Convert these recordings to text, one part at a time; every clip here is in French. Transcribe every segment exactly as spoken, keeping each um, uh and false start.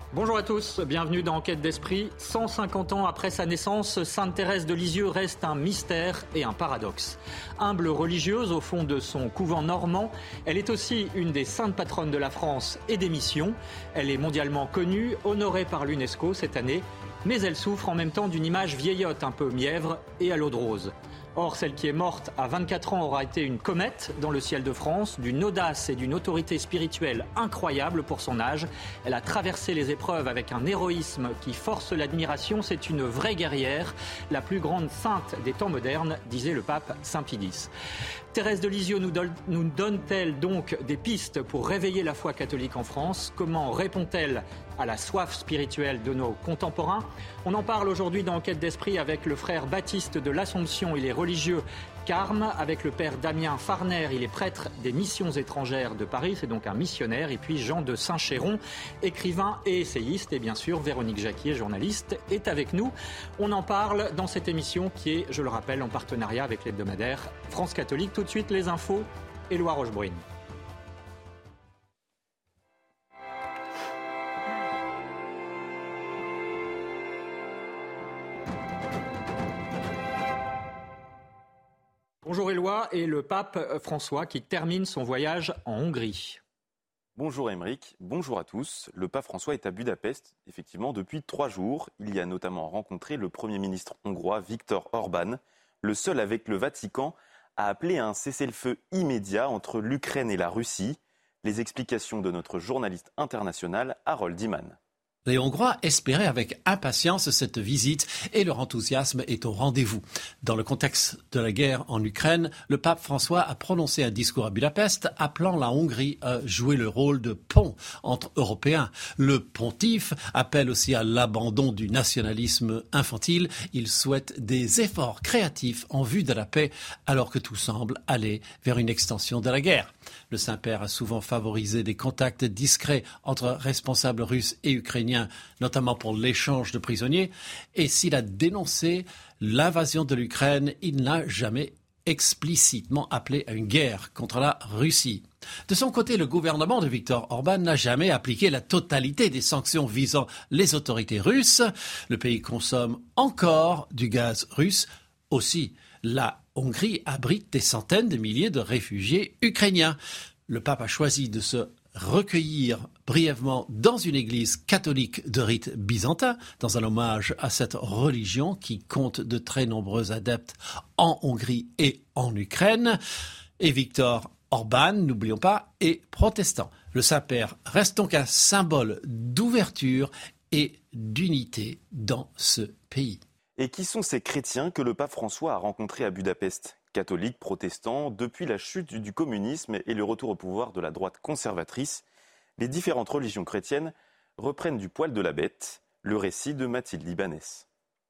Bonjour à tous, bienvenue dans Enquête d'Esprit. cent cinquante ans après sa naissance, Sainte Thérèse de Lisieux reste un mystère et un paradoxe. Humble religieuse au fond de son couvent normand, elle est aussi une des saintes patronnes de la France et des missions. Elle est mondialement connue, honorée par l'UNESCO cette année, mais elle souffre en même temps d'une image vieillotte un peu mièvre et à l'eau de rose. Or, celle qui est morte à vingt-quatre ans aura été une comète dans le ciel de France, d'une audace et d'une autorité spirituelle incroyable pour son âge. Elle a traversé les épreuves avec un héroïsme qui force l'admiration. C'est une vraie guerrière, la plus grande sainte des temps modernes, disait le pape Saint Pie X. Thérèse de Lisieux nous, donne, nous donne-t-elle donc des pistes pour réveiller la foi catholique en France ? Comment répond-elle à la soif spirituelle de nos contemporains ? On en parle aujourd'hui dans Enquête d'Esprit avec le frère Baptiste de l'Assomption, il est religieux Carme, avec le père Damien Farner, il est prêtre des missions étrangères de Paris, c'est donc un missionnaire, et puis Jean de Saint-Chéron, écrivain et essayiste, et bien sûr Véronique Jacquier, journaliste, est avec nous. On en parle dans cette émission qui est, je le rappelle, en partenariat avec l'hebdomadaire France Catholique. Tout de suite les infos, Éloi Rochebrune. Bonjour Éloi, et le pape François qui termine son voyage en Hongrie. Bonjour Aymeric, bonjour à tous. Le pape François est à Budapest, effectivement, depuis trois jours. Il y a notamment rencontré le Premier ministre hongrois Viktor Orban, le seul avec le Vatican à appeler à un cessez-le-feu immédiat entre l'Ukraine et la Russie. Les explications de notre journaliste international Harold Iman. Les Hongrois espéraient avec impatience cette visite et leur enthousiasme est au rendez-vous. Dans le contexte de la guerre en Ukraine, le pape François a prononcé un discours à Budapest appelant la Hongrie à jouer le rôle de pont entre Européens. Le pontife appelle aussi à l'abandon du nationalisme infantile. Il souhaite des efforts créatifs en vue de la paix alors que tout semble aller vers une extension de la guerre. Le Saint-Père a souvent favorisé des contacts discrets entre responsables russes et ukrainiens, notamment pour l'échange de prisonniers. Et s'il a dénoncé l'invasion de l'Ukraine, il n'a jamais explicitement appelé à une guerre contre la Russie. De son côté, le gouvernement de Viktor Orban n'a jamais appliqué la totalité des sanctions visant les autorités russes. Le pays consomme encore du gaz russe. Aussi, la Hongrie abrite des centaines de milliers de réfugiés ukrainiens. Le pape a choisi de se recueillir brièvement dans une église catholique de rite byzantin, dans un hommage à cette religion qui compte de très nombreux adeptes en Hongrie et en Ukraine. Et Viktor Orban, n'oublions pas, est protestant. Le Saint-Père reste donc un symbole d'ouverture et d'unité dans ce pays. Et qui sont ces chrétiens que le pape François a rencontrés à Budapest ? Catholiques, protestants, depuis la chute du communisme et le retour au pouvoir de la droite conservatrice, les différentes religions chrétiennes reprennent du poil de la bête. Le récit de Mathilde Libanès.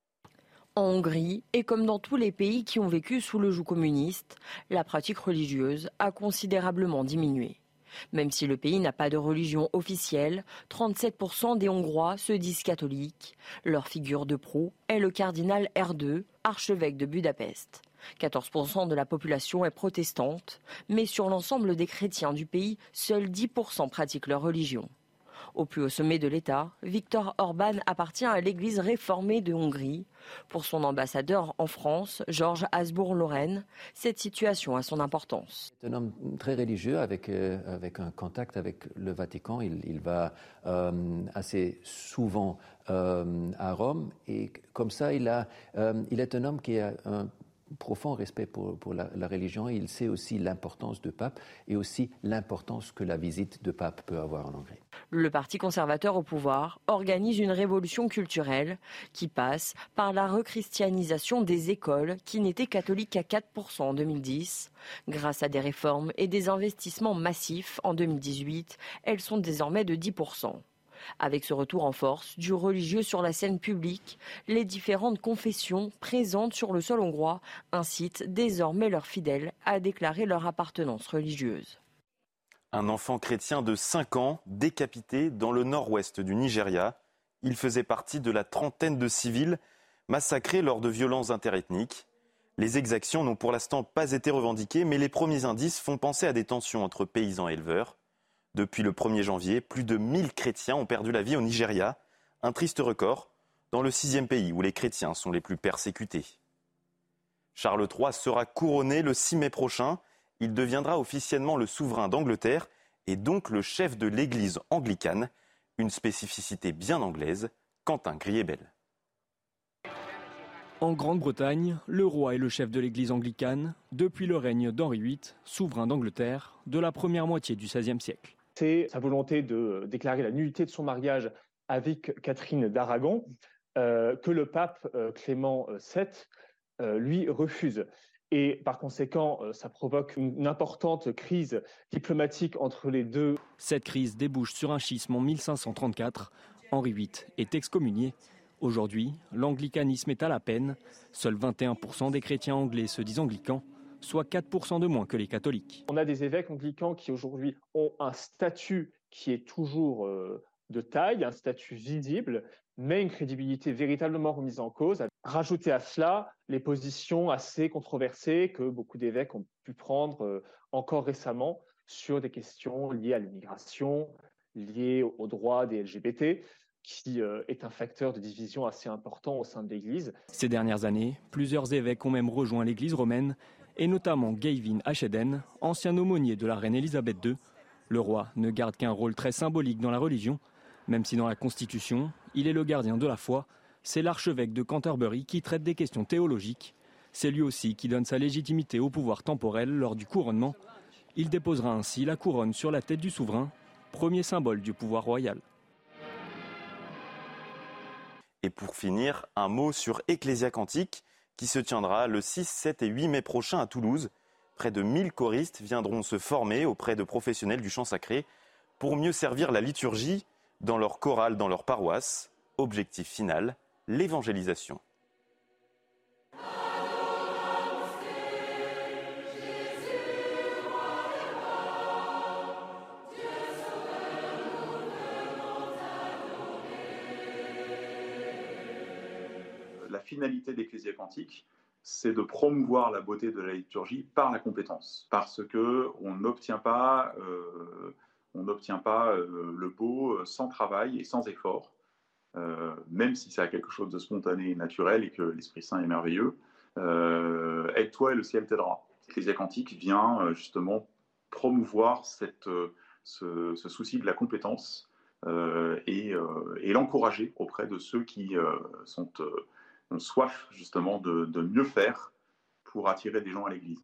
En Hongrie, et comme dans tous les pays qui ont vécu sous le joug communiste, la pratique religieuse a considérablement diminué. Même si le pays n'a pas de religion officielle, trente-sept pour cent des Hongrois se disent catholiques. Leur figure de proue est le cardinal Erdő, archevêque de Budapest. quatorze pour cent de la population est protestante, mais sur l'ensemble des chrétiens du pays, seuls dix pour cent pratiquent leur religion. Au plus haut sommet de l'État, Viktor Orban appartient à l'Église réformée de Hongrie. Pour son ambassadeur en France, Georges Hasbourg-Lorraine, cette situation a son importance. C'est un homme très religieux avec, euh, avec un contact avec le Vatican. Il, il va euh, assez souvent euh, à Rome et comme ça, il, a, euh, il est un homme qui a un profond respect pour, pour la, la religion. Il sait aussi l'importance du pape et aussi l'importance que la visite de pape peut avoir en Hongrie. Le parti conservateur au pouvoir organise une révolution culturelle qui passe par la rechristianisation des écoles qui n'étaient catholiques qu'à quatre pour cent en deux mille dix. Grâce à des réformes et des investissements massifs en deux mille dix-huit, elles sont désormais de dix pour cent. Avec ce retour en force du religieux sur la scène publique, les différentes confessions présentes sur le sol hongrois incitent désormais leurs fidèles à déclarer leur appartenance religieuse. Un enfant chrétien de cinq ans décapité dans le nord-ouest du Nigeria. Il faisait partie de la trentaine de civils massacrés lors de violences interethniques. Les exactions n'ont pour l'instant pas été revendiquées, mais les premiers indices font penser à des tensions entre paysans et éleveurs. Depuis le premier janvier, plus de mille chrétiens ont perdu la vie au Nigeria. Un triste record dans le sixième pays où les chrétiens sont les plus persécutés. Charles trois sera couronné le six mai prochain. Il deviendra officiellement le souverain d'Angleterre et donc le chef de l'église anglicane. Une spécificité bien anglaise, Quentin Griebel. En Grande-Bretagne, le roi est le chef de l'église anglicane depuis le règne d'Henri huit, souverain d'Angleterre, de la première moitié du seizième siècle. C'est sa volonté de déclarer la nullité de son mariage avec Catherine d'Aragon euh, que le pape euh, Clément sept euh, lui refuse. Et par conséquent, euh, ça provoque une, une importante crise diplomatique entre les deux. Cette crise débouche sur un schisme en mille cinq cent trente-quatre. Henri huit est excommunié. Aujourd'hui, l'anglicanisme est à la peine. Seuls vingt et un pour cent des chrétiens anglais se disent anglicans, soit quatre pour cent de moins que les catholiques. On a des évêques anglicans qui aujourd'hui ont un statut qui est toujours euh, de taille, un statut visible, mais une crédibilité véritablement remise en cause. Rajouter à cela les positions assez controversées que beaucoup d'évêques ont pu prendre euh, encore récemment sur des questions liées à l'immigration, liées aux droits des L G B T, qui euh, est un facteur de division assez important au sein de l'Église. Ces dernières années, plusieurs évêques ont même rejoint l'Église romaine, et notamment Gavin Ashenden, ancien aumônier de la reine Elisabeth deux. Le roi ne garde qu'un rôle très symbolique dans la religion, même si dans la Constitution, il est le gardien de la foi. C'est l'archevêque de Canterbury qui traite des questions théologiques. C'est lui aussi qui donne sa légitimité au pouvoir temporel lors du couronnement. Il déposera ainsi la couronne sur la tête du souverain, premier symbole du pouvoir royal. Et pour finir, un mot sur Ecclesia Cantique qui se tiendra le six, sept et huit mai prochain à Toulouse. Près de mille choristes viendront se former auprès de professionnels du chant sacré pour mieux servir la liturgie dans leur chorale, dans leur paroisse. Objectif final, l'évangélisation. La finalité d'Ecclesia Cantique, c'est de promouvoir la beauté de la liturgie par la compétence, parce qu'on n'obtient pas, euh, on n'obtient pas euh, le beau sans travail et sans effort, euh, même si ça a quelque chose de spontané et naturel et que l'Esprit Saint est merveilleux. Euh, Aide-toi et le ciel t'aidera. Ecclesia Cantique vient euh, justement promouvoir cette, euh, ce, ce souci de la compétence euh, et, euh, et l'encourager auprès de ceux qui euh, sont... Euh, ont soif justement de, de mieux faire pour attirer des gens à l'église.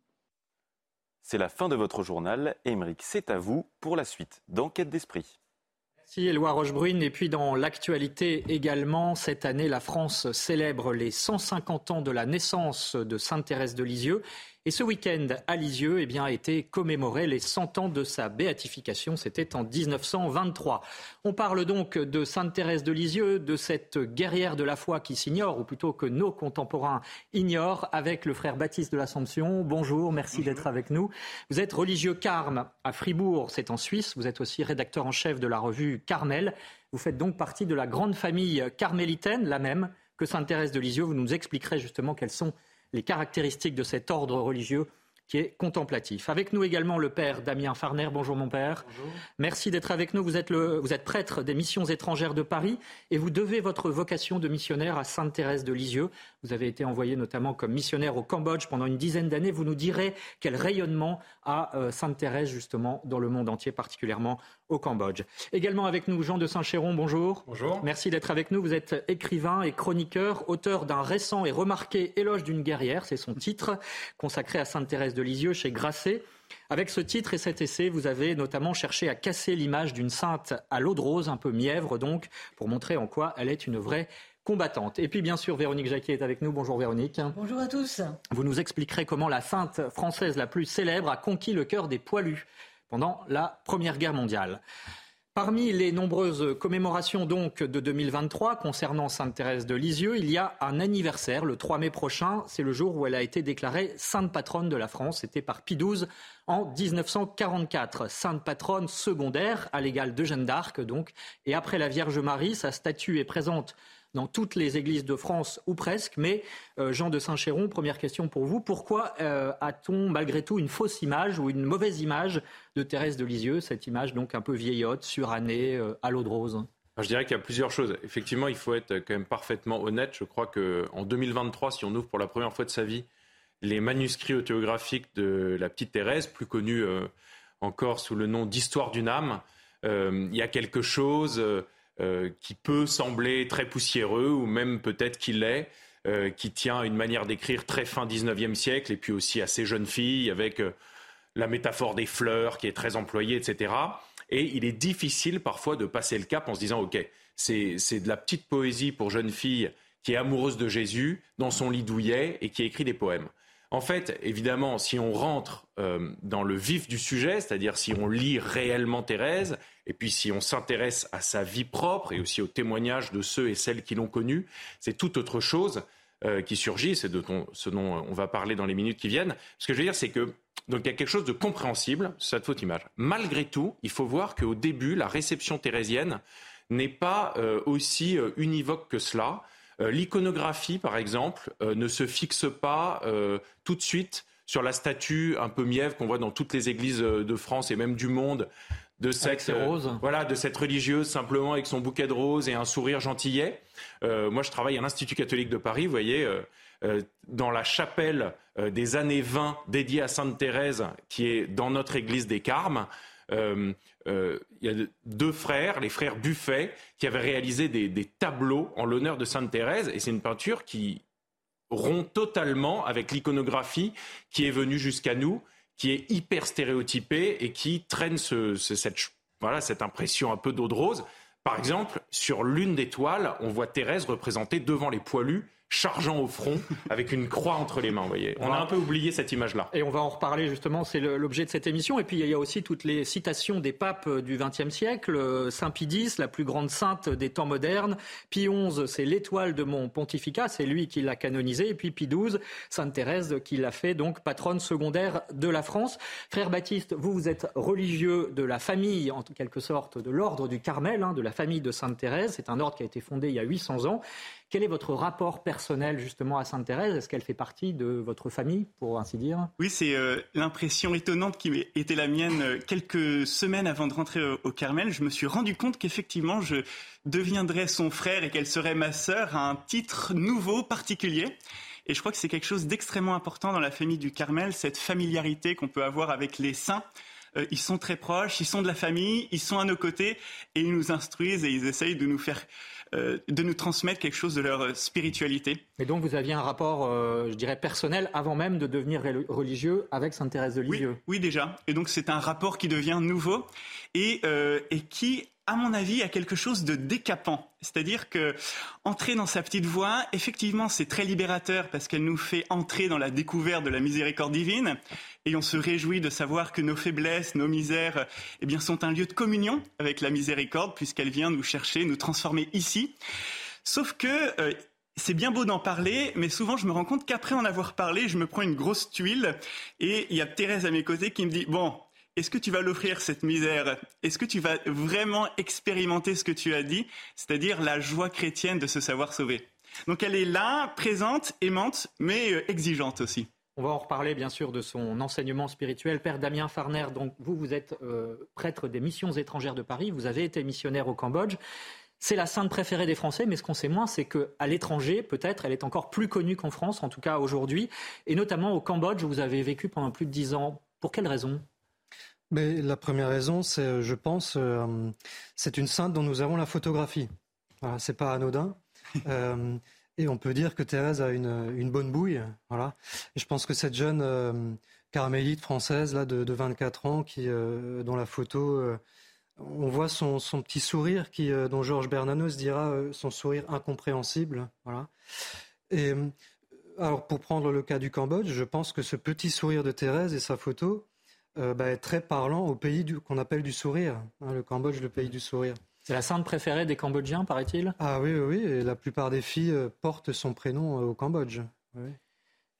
C'est la fin de votre journal. Aymeric, c'est à vous pour la suite d'Enquête d'Esprit. Merci Éloi Rochebrune. Et puis dans l'actualité également, cette année, la France célèbre les cent cinquante ans de la naissance de Sainte Thérèse de Lisieux. Et ce week-end à Lisieux, eh bien, a été commémoré les cent ans de sa béatification. C'était en dix-neuf cent vingt-trois. On parle donc de Sainte Thérèse de Lisieux, de cette guerrière de la foi qui s'ignore, ou plutôt que nos contemporains ignorent, avec le frère Baptiste de l'Assomption. Bonjour, merci Bonjour. D'être avec nous. Vous êtes religieux carme à Fribourg, c'est en Suisse. Vous êtes aussi rédacteur en chef de la revue Carmel. Vous faites donc partie de la grande famille carmélitaine, la même que Sainte Thérèse de Lisieux. Vous nous expliquerez justement quelles sont les caractéristiques de cet ordre religieux qui est contemplatif. Avec nous également le père Damien Farner. Bonjour mon père. Bonjour. Merci d'être avec nous. Vous êtes, le, vous êtes prêtre des missions étrangères de Paris et vous devez votre vocation de missionnaire à Sainte Thérèse de Lisieux. Vous avez été envoyé notamment comme missionnaire au Cambodge pendant une dizaine d'années. Vous nous direz quel rayonnement a euh, Sainte Thérèse justement dans le monde entier, particulièrement au Cambodge. Également avec nous Jean de Saint-Chéron. Bonjour. Bonjour. Merci d'être avec nous. Vous êtes écrivain et chroniqueur, auteur d'un récent et remarqué Éloge d'une guerrière. C'est son titre, consacré à Sainte Thérèse de Lisieux chez Grasset. Avec ce titre et cet essai, vous avez notamment cherché à casser l'image d'une sainte à l'eau de rose, un peu mièvre donc, pour montrer en quoi elle est une vraie combattante. Et puis bien sûr, Véronique Jacquier est avec nous. Bonjour Véronique. Bonjour à tous. Vous nous expliquerez comment la sainte française la plus célèbre a conquis le cœur des poilus pendant la Première Guerre mondiale. Parmi les nombreuses commémorations donc de deux mille vingt-trois concernant Sainte Thérèse de Lisieux, il y a un anniversaire, le trois mai prochain. C'est le jour où elle a été déclarée sainte patronne de la France. C'était par Pie douze en dix-neuf cent quarante-quatre. Sainte patronne secondaire, à l'égal de Jeanne d'Arc donc. Et après la Vierge Marie, sa statue est présente dans toutes les églises de France, ou presque. Mais euh, Jean de Saint-Chéron, première question pour vous. Pourquoi euh, a-t-on malgré tout une fausse image ou une mauvaise image de Thérèse de Lisieux, cette image donc un peu vieillotte, surannée, euh, à l'eau de rose ? Je dirais qu'il y a plusieurs choses. Effectivement, il faut être quand même parfaitement honnête. Je crois qu'en deux mille vingt-trois, si on ouvre pour la première fois de sa vie les manuscrits autographiques de la petite Thérèse, plus connue euh, encore sous le nom d'Histoire d'une âme, euh, il y a quelque chose euh, qui peut sembler très poussiéreux, ou même peut-être qu'il l'est, euh, qui tient à une manière d'écrire très fin dix-neuvième siècle, et puis aussi assez jeune fille, avec euh, la métaphore des fleurs qui est très employée, et cetera. Et il est difficile parfois de passer le cap en se disant « Ok, c'est, c'est de la petite poésie pour jeune fille qui est amoureuse de Jésus, dans son lit douillet, et qui écrit des poèmes. » En fait, évidemment, si on rentre euh, dans le vif du sujet, c'est-à-dire si on lit réellement Thérèse, et puis si on s'intéresse à sa vie propre et aussi aux témoignages de ceux et celles qui l'ont connue, c'est tout autre chose euh, qui surgit, c'est de ton, ce dont on va parler dans les minutes qui viennent. Ce que je veux dire, c'est que donc il y a quelque chose de compréhensible sur cette fausse image. Malgré tout, il faut voir qu'au début, la réception thérésienne n'est pas euh, aussi euh, univoque que cela. Euh, l'iconographie, par exemple, euh, ne se fixe pas euh, tout de suite sur la statue un peu mièvre qu'on voit dans toutes les églises de France et même du monde, de cette, euh, voilà, de cette religieuse simplement avec son bouquet de roses et un sourire gentillet. Euh, moi, je travaille à l'Institut catholique de Paris, vous voyez, euh, euh, dans la chapelle euh, des années vingt dédiée à Sainte Thérèse, qui est dans notre église des Carmes. Euh, euh, il y a deux frères, les frères Buffet, qui avaient réalisé des, des tableaux en l'honneur de Sainte Thérèse, et c'est une peinture qui rompt totalement avec l'iconographie qui est venue jusqu'à nous, qui est hyper stéréotypée et qui traîne ce, ce, cette, voilà, cette impression un peu d'eau de rose. Par exemple, sur l'une des toiles, on voit Thérèse représentée devant les poilus, chargeant au front avec une croix entre les mains, vous voyez. On a un peu oublié cette image-là. Et on va en reparler justement, c'est le, l'objet de cette émission. Et puis il y a aussi toutes les citations des papes du vingtième siècle. Saint Pie X, la plus grande sainte des temps modernes. Pie onze, c'est l'étoile de mon pontificat, c'est lui qui l'a canonisé. Et puis Pie douze, Sainte Thérèse qui l'a fait donc patronne secondaire de la France. Frère Baptiste, vous, vous êtes religieux de la famille, en quelque sorte, de l'ordre du Carmel, hein, de la famille de Sainte Thérèse. C'est un ordre qui a été fondé il y a huit cents ans. Quel est votre rapport personnel justement à Sainte Thérèse ? Est-ce qu'elle fait partie de votre famille, pour ainsi dire ? Oui, c'est euh, l'impression étonnante qui était la mienne euh, quelques semaines avant de rentrer au, au Carmel. Je me suis rendu compte qu'effectivement, je deviendrais son frère et qu'elle serait ma sœur à un titre nouveau, particulier. Et je crois que c'est quelque chose d'extrêmement important dans la famille du Carmel, cette familiarité qu'on peut avoir avec les saints. Euh, ils sont très proches, ils sont de la famille, ils sont à nos côtés et ils nous instruisent et ils essayent de nous faire... Euh, de nous transmettre quelque chose de leur spiritualité. Et donc vous aviez un rapport, euh, je dirais, personnel avant même de devenir religieux avec Sainte Thérèse de Lisieux. Oui, oui, déjà. Et donc c'est un rapport qui devient nouveau et, euh, et qui, à mon avis, a quelque chose de décapant. C'est-à-dire que entrer dans sa petite voie, effectivement, c'est très libérateur parce qu'elle nous fait entrer dans la découverte de la miséricorde divine. Et on se réjouit de savoir que nos faiblesses, nos misères, eh bien, sont un lieu de communion avec la miséricorde, puisqu'elle vient nous chercher, nous transformer ici. Sauf que euh, c'est bien beau d'en parler, mais souvent je me rends compte qu'après en avoir parlé, je me prends une grosse tuile, et il y a Thérèse à mes côtés qui me dit « Bon, est-ce que tu vas l'offrir cette misère ? Est-ce que tu vas vraiment expérimenter ce que tu as dit, c'est-à-dire la joie chrétienne de se savoir sauver ?» Donc elle est là, présente, aimante, mais euh, exigeante aussi. On va en reparler bien sûr de son enseignement spirituel. Père Damien Farner, donc vous, vous êtes euh, prêtre des missions étrangères de Paris, vous avez été missionnaire au Cambodge. C'est la sainte préférée des Français, mais ce qu'on sait moins, c'est qu'à l'étranger, peut-être, elle est encore plus connue qu'en France, en tout cas aujourd'hui. Et notamment au Cambodge, où vous avez vécu pendant plus de dix ans. Pour quelle raison ? Mais la première raison, c'est, je pense, euh, c'est une sainte dont nous avons la photographie. Voilà, c'est pas anodin. euh, Et on peut dire que Thérèse a une, une bonne bouille, voilà. Et je pense que cette jeune euh, carmélite française là de, de vingt-quatre ans, qui euh, dans la photo, euh, on voit son, son petit sourire, qui euh, dont Georges Bernanos dira euh, son sourire incompréhensible, voilà. Et alors pour prendre le cas du Cambodge, je pense que ce petit sourire de Thérèse et sa photo euh, bah, est très parlant au pays du, qu'on appelle du sourire, hein, le Cambodge, le pays du sourire. C'est la sainte préférée des Cambodgiens, paraît-il ? Ah oui, oui, oui. Et la plupart des filles portent son prénom au Cambodge. Oui.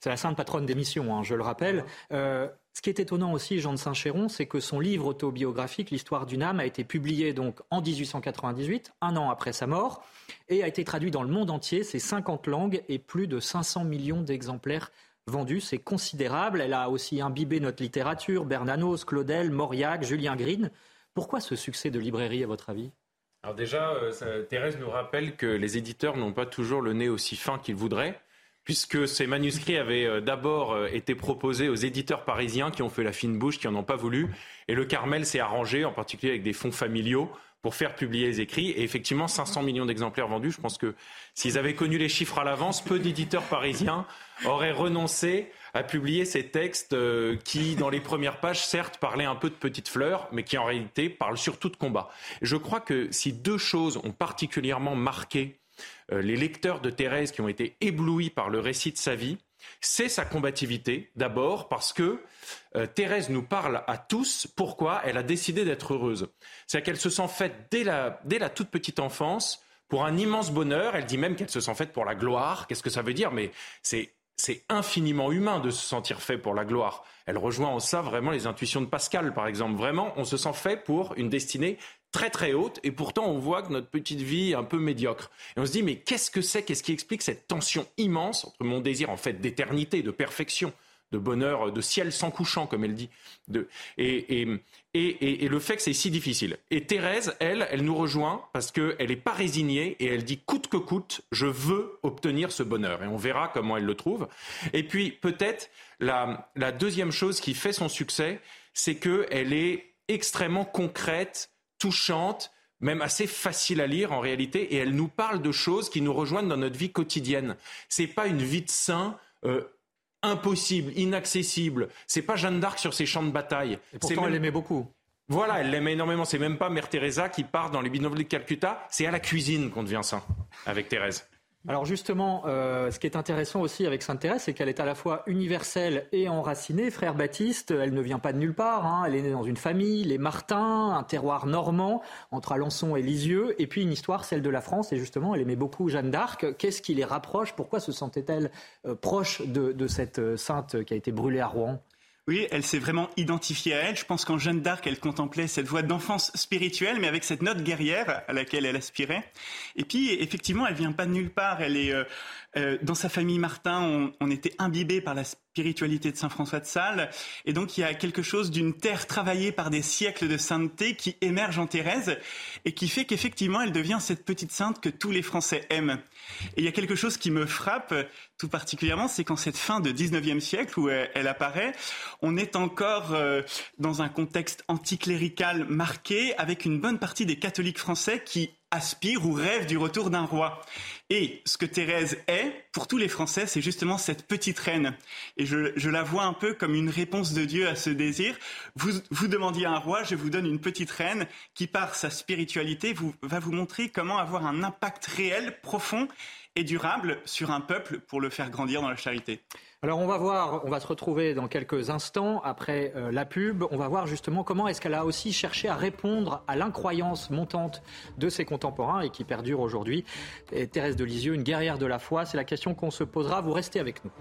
C'est la sainte patronne des missions, hein, je le rappelle. Euh, ce qui est étonnant aussi, Jean de Saint-Chéron, c'est que son livre autobiographique, L'histoire d'une âme, a été publié donc en dix-huit cent quatre-vingt-dix-huit, un an après sa mort, et a été traduit dans le monde entier. C'est cinquante langues et plus de cinq cents millions d'exemplaires vendus. C'est considérable. Elle a aussi imbibé notre littérature, Bernanos, Claudel, Mauriac, Julien Green. Pourquoi ce succès de librairie, à votre avis ? Alors déjà, euh, ça, Thérèse nous rappelle que les éditeurs n'ont pas toujours le nez aussi fin qu'ils voudraient, puisque ces manuscrits avaient euh, d'abord euh, été proposés aux éditeurs parisiens qui ont fait la fine bouche, qui n'en ont pas voulu. Et le Carmel s'est arrangé, en particulier avec des fonds familiaux, pour faire publier les écrits. Et effectivement, cinq cents millions d'exemplaires vendus. Je pense que s'ils avaient connu les chiffres à l'avance, peu d'éditeurs parisiens auraient renoncé à publier ces textes euh, qui, dans les premières pages, certes, parlaient un peu de petites fleurs, mais qui, en réalité, parlent surtout de combat. Je crois que si deux choses ont particulièrement marqué euh, les lecteurs de Thérèse qui ont été éblouis par le récit de sa vie, c'est sa combativité, d'abord parce que euh, Thérèse nous parle à tous pourquoi elle a décidé d'être heureuse. C'est-à-dire qu'elle se sent faite dès la, dès la toute petite enfance pour un immense bonheur. Elle dit même qu'elle se sent faite pour la gloire. Qu'est-ce que ça veut dire ? Mais c'est, c'est infiniment humain de se sentir fait pour la gloire. Elle rejoint en ça vraiment les intuitions de Pascal, par exemple. Vraiment, on se sent fait pour une destinée très très haute, et pourtant on voit que notre petite vie est un peu médiocre. Et on se dit, mais qu'est-ce que c'est, qu'est-ce qui explique cette tension immense entre mon désir en fait d'éternité, de perfection, de bonheur, de ciel sans couchant, comme elle dit, de, et, et, et, et le fait que c'est si difficile. Et Thérèse, elle, elle nous rejoint parce qu'elle n'est pas résignée, et elle dit, coûte que coûte, je veux obtenir ce bonheur. Et on verra comment elle le trouve. Et puis peut-être la, la deuxième chose qui fait son succès, c'est qu'elle est extrêmement concrète, touchante, même assez facile à lire en réalité, et elle nous parle de choses qui nous rejoignent dans notre vie quotidienne. C'est pas une vie de saint euh, impossible, inaccessible. C'est pas Jeanne d'Arc sur ses champs de bataille. Et pourtant, c'est même... elle l'aimait beaucoup. Voilà, elle l'aimait énormément. C'est même pas Mère Teresa qui part dans les bidonvilles de Calcutta. C'est à la cuisine qu'on devient saint avec Thérèse. Alors justement, euh, ce qui est intéressant aussi avec Sainte Thérèse, c'est qu'elle est à la fois universelle et enracinée. Frère Baptiste, elle ne vient pas de nulle part, hein. Elle est née dans une famille, les Martins, un terroir normand, entre Alençon et Lisieux, et puis une histoire, celle de la France, et justement, elle aimait beaucoup Jeanne d'Arc. Qu'est-ce qui les rapproche ? Pourquoi se sentait-elle euh, proche de, de cette sainte qui a été brûlée à Rouen ? Oui, elle s'est vraiment identifiée à elle. Je pense qu'en Jeanne d'Arc, elle contemplait cette voie d'enfance spirituelle, mais avec cette note guerrière à laquelle elle aspirait. Et puis, effectivement, elle vient pas de nulle part. Elle est euh, euh, dans sa famille Martin, on, on était imbibé par la spiritualité de Saint François de Sales. Et donc, il y a quelque chose d'une terre travaillée par des siècles de sainteté qui émerge en Thérèse et qui fait qu'effectivement, elle devient cette petite sainte que tous les Français aiment. Et il y a quelque chose qui me frappe tout particulièrement, c'est qu'en cette fin de dix-neuvième siècle où elle, elle apparaît, on est encore euh, dans un contexte anticlérical marqué avec une bonne partie des catholiques français qui aspirent ou rêvent du retour d'un roi. Et ce que Thérèse est, pour tous les Français, c'est justement cette petite reine. Et je, je la vois un peu comme une réponse de Dieu à ce désir. Vous, vous demandiez un roi, je vous donne une petite reine qui, par sa spiritualité, vous, va vous montrer comment avoir un impact réel, profond et durable sur un peuple pour le faire grandir dans la charité. Alors on va voir, on va se retrouver dans quelques instants après euh, la pub. On va voir justement comment est-ce qu'elle a aussi cherché à répondre à l'incroyance montante de ses contemporains et qui perdure aujourd'hui. Et Thérèse de Lisieux, une guerrière de la foi, c'est la question qu'on se posera. Vous restez avec nous.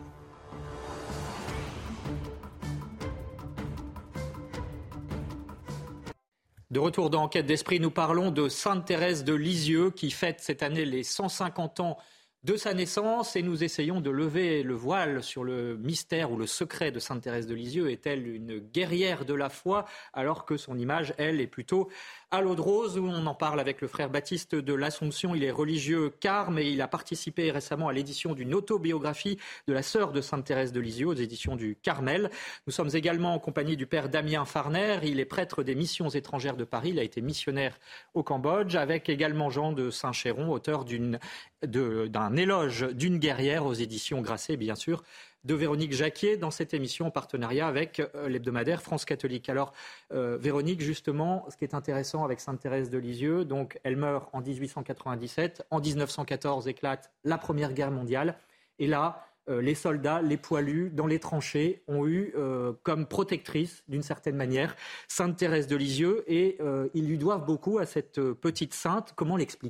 De retour dans Enquête d'Esprit, nous parlons de Sainte Thérèse de Lisieux qui fête cette année les cent cinquante ans de sa naissance et nous essayons de lever le voile sur le mystère ou le secret de Sainte Thérèse de Lisieux. Est-elle une guerrière de la foi alors que son image, elle, est plutôt à l'eau de rose, où on en parle avec le frère Baptiste de l'Assomption. Il est religieux carme et il a participé récemment à l'édition d'une autobiographie de la sœur de Sainte Thérèse de Lisieux aux éditions du Carmel. Nous sommes également en compagnie du père Damien Farner. Il est prêtre des missions étrangères de Paris. Il a été missionnaire au Cambodge, avec également Jean de Saint-Chéron, auteur d'une, de, d'un éloge d'une guerrière aux éditions Grasset, bien sûr, de Véronique Jacquier dans cette émission en partenariat avec euh, l'hebdomadaire France Catholique. Alors, euh, Véronique, justement, ce qui est intéressant avec Sainte Thérèse de Lisieux, donc elle meurt en dix-huit cent quatre-vingt-dix-sept, en dix-neuf cent quatorze éclate la Première Guerre mondiale, et là, euh, les soldats, les poilus, dans les tranchées, ont eu euh, comme protectrice, d'une certaine manière, Sainte Thérèse de Lisieux, et euh, ils lui doivent beaucoup à cette petite sainte. Comment l'expliquer ?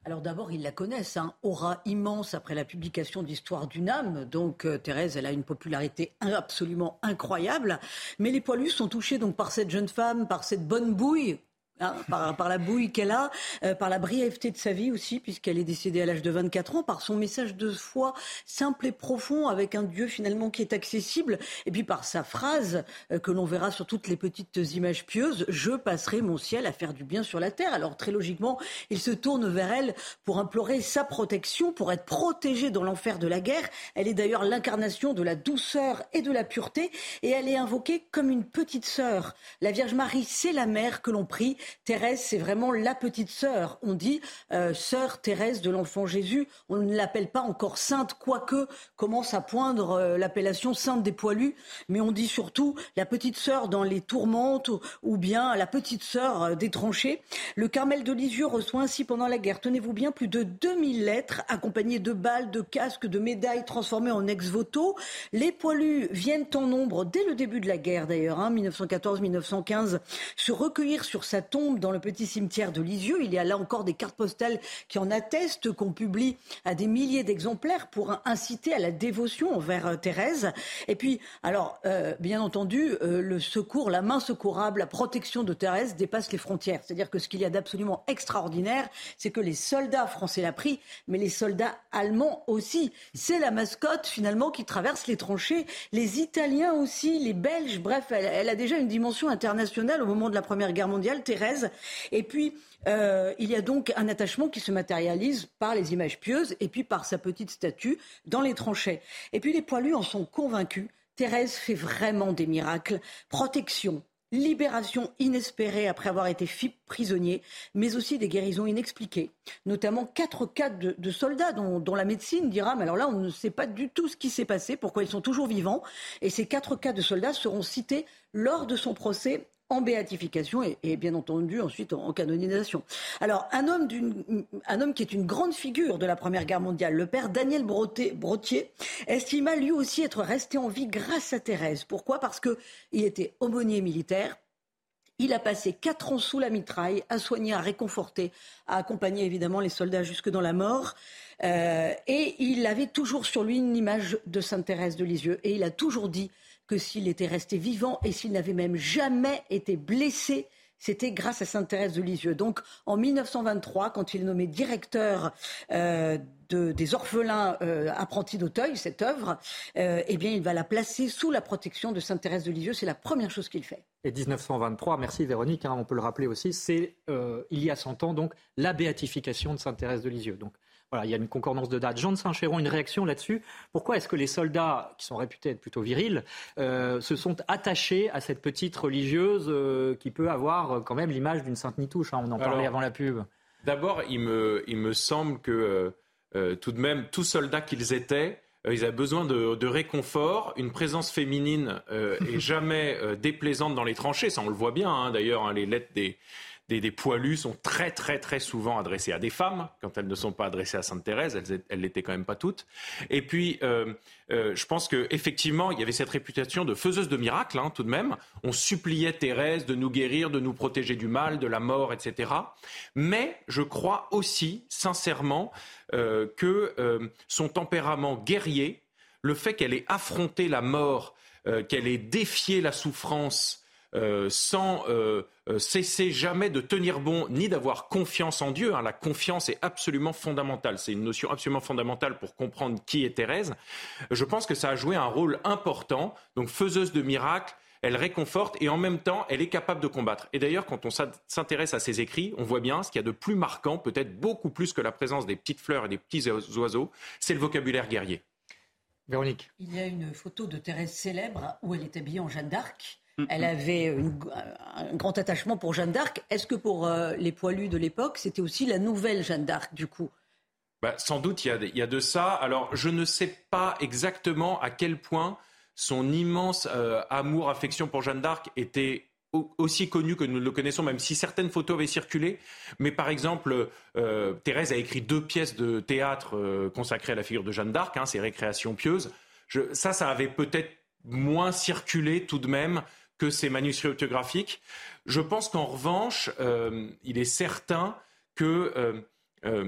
Alors d'abord, ils la connaissent, hein. Aura immense après la publication d'Histoire d'une âme. Donc euh, Thérèse, elle a une popularité absolument incroyable. Mais les poilus sont touchés donc par cette jeune femme, par cette bonne bouille. Hein, par, par la bouille qu'elle a, euh, par la brièveté de sa vie aussi, puisqu'elle est décédée à l'âge de vingt-quatre ans, par son message de foi simple et profond, avec un Dieu finalement qui est accessible, et puis par sa phrase euh, que l'on verra sur toutes les petites images pieuses, « Je passerai mon ciel à faire du bien sur la terre ». Alors très logiquement, il se tourne vers elle pour implorer sa protection, pour être protégée dans l'enfer de la guerre. Elle est d'ailleurs l'incarnation de la douceur et de la pureté, et elle est invoquée comme une petite sœur. La Vierge Marie, c'est la mère que l'on prie. Thérèse, c'est vraiment la petite sœur. On dit euh, sœur Thérèse de l'enfant Jésus. On ne l'appelle pas encore sainte, quoique commence à poindre euh, l'appellation sainte des poilus. Mais on dit surtout la petite sœur dans les tourmentes ou, ou bien la petite sœur euh, des tranchées. Le Carmel de Lisieux reçoit ainsi pendant la guerre, tenez-vous bien, plus de deux mille lettres accompagnées de balles, de casques, de médailles transformées en ex-voto. Les poilus viennent en nombre dès le début de la guerre d'ailleurs, hein, mille neuf cent quatorze mille neuf cent quinze, se recueillir sur sa tombe dans le petit cimetière de Lisieux. Il y a là encore des cartes postales qui en attestent, qu'on publie à des milliers d'exemplaires pour inciter à la dévotion envers Thérèse. Et puis, alors, euh, bien entendu, euh, le secours, la main secourable, la protection de Thérèse dépasse les frontières. C'est-à-dire que ce qu'il y a d'absolument extraordinaire, c'est que les soldats français l'a pris, mais les soldats allemands aussi. C'est la mascotte, finalement, qui traverse les tranchées. Les Italiens aussi, les Belges, bref, elle, elle a déjà une dimension internationale au moment de la Première Guerre mondiale, Thérèse. Et puis, euh, il y a donc un attachement qui se matérialise par les images pieuses et puis par sa petite statue dans les tranchées. Et puis les poilus en sont convaincus. Thérèse fait vraiment des miracles. Protection, libération inespérée après avoir été fait prisonnier, mais aussi des guérisons inexpliquées. Notamment quatre cas de, de soldats dont, dont la médecine dira, mais alors là, on ne sait pas du tout ce qui s'est passé, pourquoi ils sont toujours vivants. Et ces quatre cas de soldats seront cités lors de son procès en béatification et, et bien entendu ensuite en, en canonisation. Alors un homme, d'une, un homme qui est une grande figure de la Première Guerre mondiale, le père Daniel Broté, Brotier, estima lui aussi être resté en vie grâce à Thérèse. Pourquoi ? Parce qu'il était aumônier militaire. Il a passé quatre ans sous la mitraille, à soigner, à réconforter, à accompagner évidemment les soldats jusque dans la mort. Euh, et il avait toujours sur lui une image de Sainte Thérèse de Lisieux. Et il a toujours dit que s'il était resté vivant et s'il n'avait même jamais été blessé, c'était grâce à Sainte Thérèse de Lisieux. Donc en mille neuf cent vingt-trois, quand il est nommé directeur euh, de, des orphelins euh, apprentis d'Auteuil, cette œuvre, euh, eh bien il va la placer sous la protection de Sainte Thérèse de Lisieux. C'est la première chose qu'il fait. Et dix-neuf cent vingt-trois, merci Véronique, hein, on peut le rappeler aussi, c'est euh, il y a cent ans donc la béatification de Sainte Thérèse de Lisieux. Donc voilà, il y a une concordance de date. Jean de Saint-Chéron, une réaction là-dessus. Pourquoi est-ce que les soldats, qui sont réputés être plutôt virils, euh, se sont attachés à cette petite religieuse euh, qui peut avoir quand même l'image d'une Sainte Nitouche, hein, on en parlait Alors, avant la pub. D'abord, il me, il me semble que euh, tout de même, tous soldats qu'ils étaient, euh, ils avaient besoin de, de réconfort. Une présence féminine euh, est jamais euh, déplaisante dans les tranchées. Ça, on le voit bien, hein, d'ailleurs, hein, les lettres des... Des, des poilus sont très très très souvent adressées à des femmes, quand elles ne sont pas adressées à Sainte Thérèse, elles elles l'étaient quand même pas toutes. Et puis euh, euh, je pense que effectivement il y avait cette réputation de faiseuse de miracles, hein, tout de même. On suppliait Thérèse de nous guérir, de nous protéger du mal, de la mort, et cetera. Mais je crois aussi sincèrement euh, que euh, son tempérament guerrier, le fait qu'elle ait affronté la mort, euh, qu'elle ait défié la souffrance, Euh, sans euh, euh, cesser jamais de tenir bon ni d'avoir confiance en Dieu. Hein. La confiance est absolument fondamentale. C'est une notion absolument fondamentale pour comprendre qui est Thérèse. Je pense que ça a joué un rôle important. Donc faiseuse de miracles, elle réconforte et en même temps, elle est capable de combattre. Et d'ailleurs, quand on s'intéresse à ses écrits, on voit bien ce qu'il y a de plus marquant, peut-être beaucoup plus que la présence des petites fleurs et des petits oiseaux, c'est le vocabulaire guerrier. Véronique. Il y a une photo de Thérèse célèbre où elle est habillée en Jeanne d'Arc. Elle avait une, un grand attachement pour Jeanne d'Arc. Est-ce que pour euh, les poilus de l'époque, c'était aussi la nouvelle Jeanne d'Arc, du coup ? Bah, sans doute, il y a, il y a de ça. Alors, je ne sais pas exactement à quel point son immense euh, amour, affection pour Jeanne d'Arc était au, aussi connu que nous le connaissons, même si certaines photos avaient circulé. Mais par exemple, euh, Thérèse a écrit deux pièces de théâtre euh, consacrées à la figure de Jeanne d'Arc, hein, ses Récréations pieuses. Je, ça, ça avait peut-être moins circulé tout de même que ces manuscrits autographiques. Je pense qu'en revanche, euh, il est certain que euh, euh,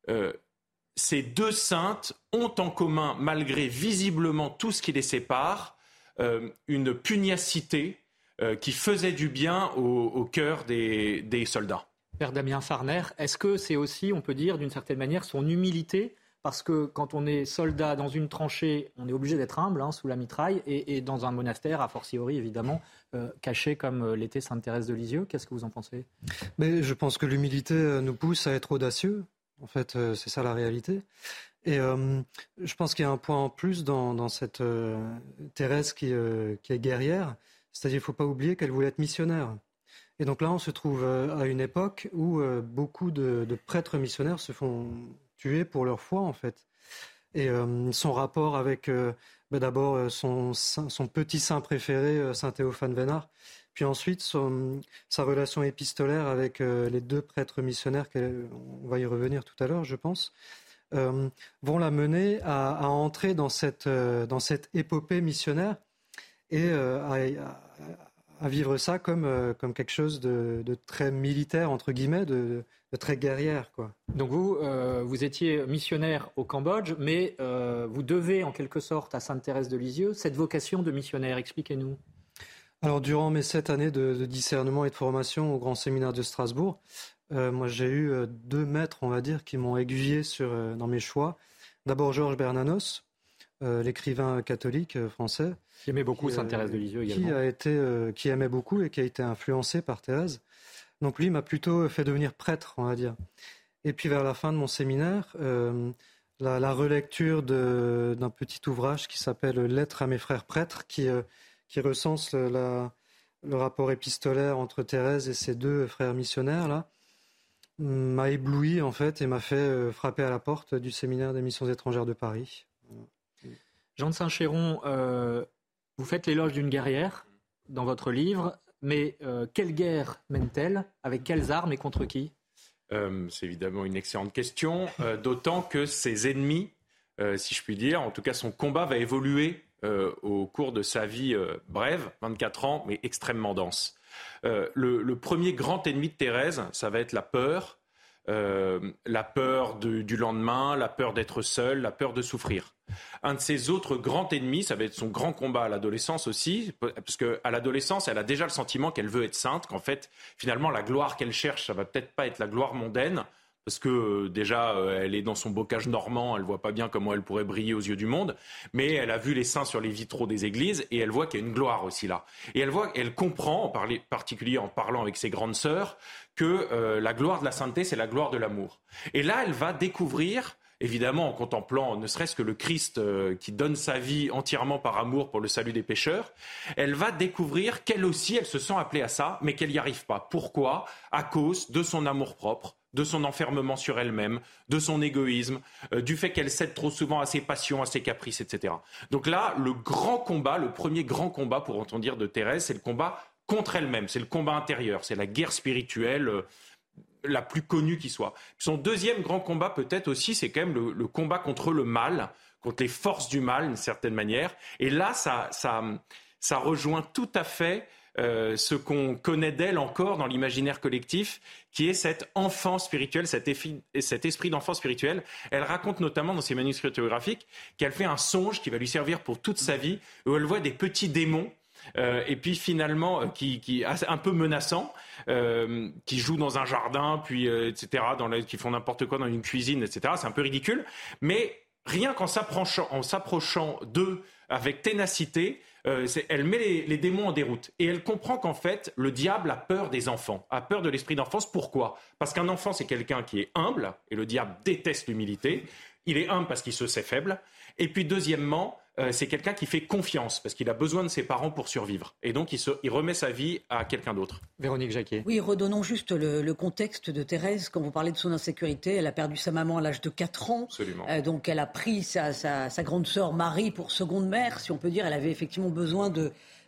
euh, ces deux saintes ont en commun, malgré visiblement tout ce qui les sépare, euh, une pugnacité euh, qui faisait du bien au, au cœur des, des soldats. Père Damien Farner, est-ce que c'est aussi, on peut dire d'une certaine manière, son humilité ? Parce que quand on est soldat dans une tranchée, on est obligé d'être humble, hein, sous la mitraille, et, et dans un monastère, a fortiori évidemment, euh, caché comme l'était Sainte Thérèse de Lisieux. Qu'est-ce que vous en pensez ? Mais je pense que l'humilité nous pousse à être audacieux. En fait, euh, c'est ça la réalité. Et euh, je pense qu'il y a un point en plus dans, dans cette euh, Thérèse qui, euh, qui est guerrière. C'est-à-dire qu'il ne faut pas oublier qu'elle voulait être missionnaire. Et donc là, on se trouve à une époque où euh, beaucoup de, de prêtres missionnaires se font tuer pour leur foi, en fait. Et euh, son rapport avec, euh, ben d'abord, son, son petit saint préféré, saint Théophane Vénard, puis ensuite son, sa relation épistolaire avec euh, les deux prêtres missionnaires, on va y revenir tout à l'heure, je pense, euh, vont la mener à, à entrer dans cette, euh, dans cette épopée missionnaire et euh, à, à à vivre ça comme, euh, comme quelque chose de, de très militaire, entre guillemets, de, de très guerrière, quoi. Donc vous, euh, vous étiez missionnaire au Cambodge, mais euh, vous devez en quelque sorte à Sainte Thérèse de Lisieux cette vocation de missionnaire. Expliquez-nous. Alors durant mes sept années de, de discernement et de formation au Grand Séminaire de Strasbourg, euh, moi j'ai eu euh, deux maîtres, on va dire, qui m'ont aiguillé sur, euh, dans mes choix. D'abord Georges Bernanos, euh, l'écrivain catholique euh, français, qui aimait beaucoup qui, Sainte Thérèse de Lisieux également. Qui, a été, euh, qui aimait beaucoup et qui a été influencé par Thérèse. Donc lui m'a plutôt fait devenir prêtre, on va dire. Et puis vers la fin de mon séminaire, euh, la, la relecture de, d'un petit ouvrage qui s'appelle « Lettres à mes frères prêtres », qui, euh, qui recense le, la, le rapport épistolaire entre Thérèse et ses deux frères missionnaires, là, m'a ébloui en fait et m'a fait euh, frapper à la porte du séminaire des missions étrangères de Paris. Jean de Saint-Chéron, euh, vous faites l'éloge d'une guerrière dans votre livre, mais euh, quelle guerre mène-t-elle ? Avec quelles armes et contre qui ? euh, C'est évidemment une excellente question, euh, d'autant que ses ennemis, euh, si je puis dire, en tout cas son combat va évoluer euh, au cours de sa vie euh, brève, vingt-quatre ans, mais extrêmement dense. Euh, le, le premier grand ennemi de Thérèse, ça va être la peur. Euh, la peur de, du lendemain, la peur d'être seule, la peur de souffrir. Un de ses autres grands ennemis, ça va être son grand combat à l'adolescence aussi, parce qu'à l'adolescence, elle a déjà le sentiment qu'elle veut être sainte, qu'en fait, finalement, la gloire qu'elle cherche, ça va peut-être pas être la gloire mondaine, parce que euh, déjà, euh, elle est dans son bocage normand, elle voit pas bien comment elle pourrait briller aux yeux du monde, mais elle a vu les saints sur les vitraux des églises, et elle voit qu'il y a une gloire aussi là. Et elle voit, elle comprend, en parler, particulier en parlant avec ses grandes sœurs, que euh, la gloire de la sainteté, c'est la gloire de l'amour. Et là, elle va découvrir, évidemment en contemplant ne serait-ce que le Christ euh, qui donne sa vie entièrement par amour pour le salut des pécheurs, elle va découvrir qu'elle aussi, elle se sent appelée à ça, mais qu'elle n'y arrive pas. Pourquoi ? À cause de son amour-propre, de son enfermement sur elle-même, de son égoïsme, euh, du fait qu'elle cède trop souvent à ses passions, à ses caprices, et cetera. Donc là, le grand combat, le premier grand combat, pour entendre dire, de Thérèse, c'est le combat contre elle-même, c'est le combat intérieur, c'est la guerre spirituelle euh, la plus connue qui soit. Son deuxième grand combat peut-être aussi, c'est quand même le, le combat contre le mal, contre les forces du mal d'une certaine manière. Et là, ça, ça, ça rejoint tout à fait euh, ce qu'on connaît d'elle encore dans l'imaginaire collectif, qui est cet enfant spirituel, cet, effi, cet esprit d'enfant spirituel. Elle raconte notamment dans ses manuscrits autobiographiques qu'elle fait un songe qui va lui servir pour toute sa vie, où elle voit des petits démons Euh, et puis finalement, euh, qui, qui un peu menaçant, euh, qui jouent dans un jardin, puis euh, et cetera, dans la, qui font n'importe quoi dans une cuisine, et cetera. C'est un peu ridicule, mais rien qu'en s'approchant, en s'approchant d'eux avec ténacité, euh, c'est, elle met les, les démons en déroute. Et elle comprend qu'en fait, le diable a peur des enfants, a peur de l'esprit d'enfance. Pourquoi ? Parce qu'un enfant, c'est quelqu'un qui est humble, et le diable déteste l'humilité. Il est humble parce qu'il se sait faible. Et puis deuxièmement, Euh, c'est quelqu'un qui fait confiance, parce qu'il a besoin de ses parents pour survivre. Et donc, il, se, il remet sa vie à quelqu'un d'autre. Véronique Jacquier. Oui, redonnons juste le, le contexte de Thérèse. Quand vous parlez de son insécurité, elle a perdu sa maman à l'âge de quatre ans. Absolument. Euh, donc, elle a pris sa, sa, sa grande sœur Marie pour seconde mère, si on peut dire. Elle avait effectivement besoin de...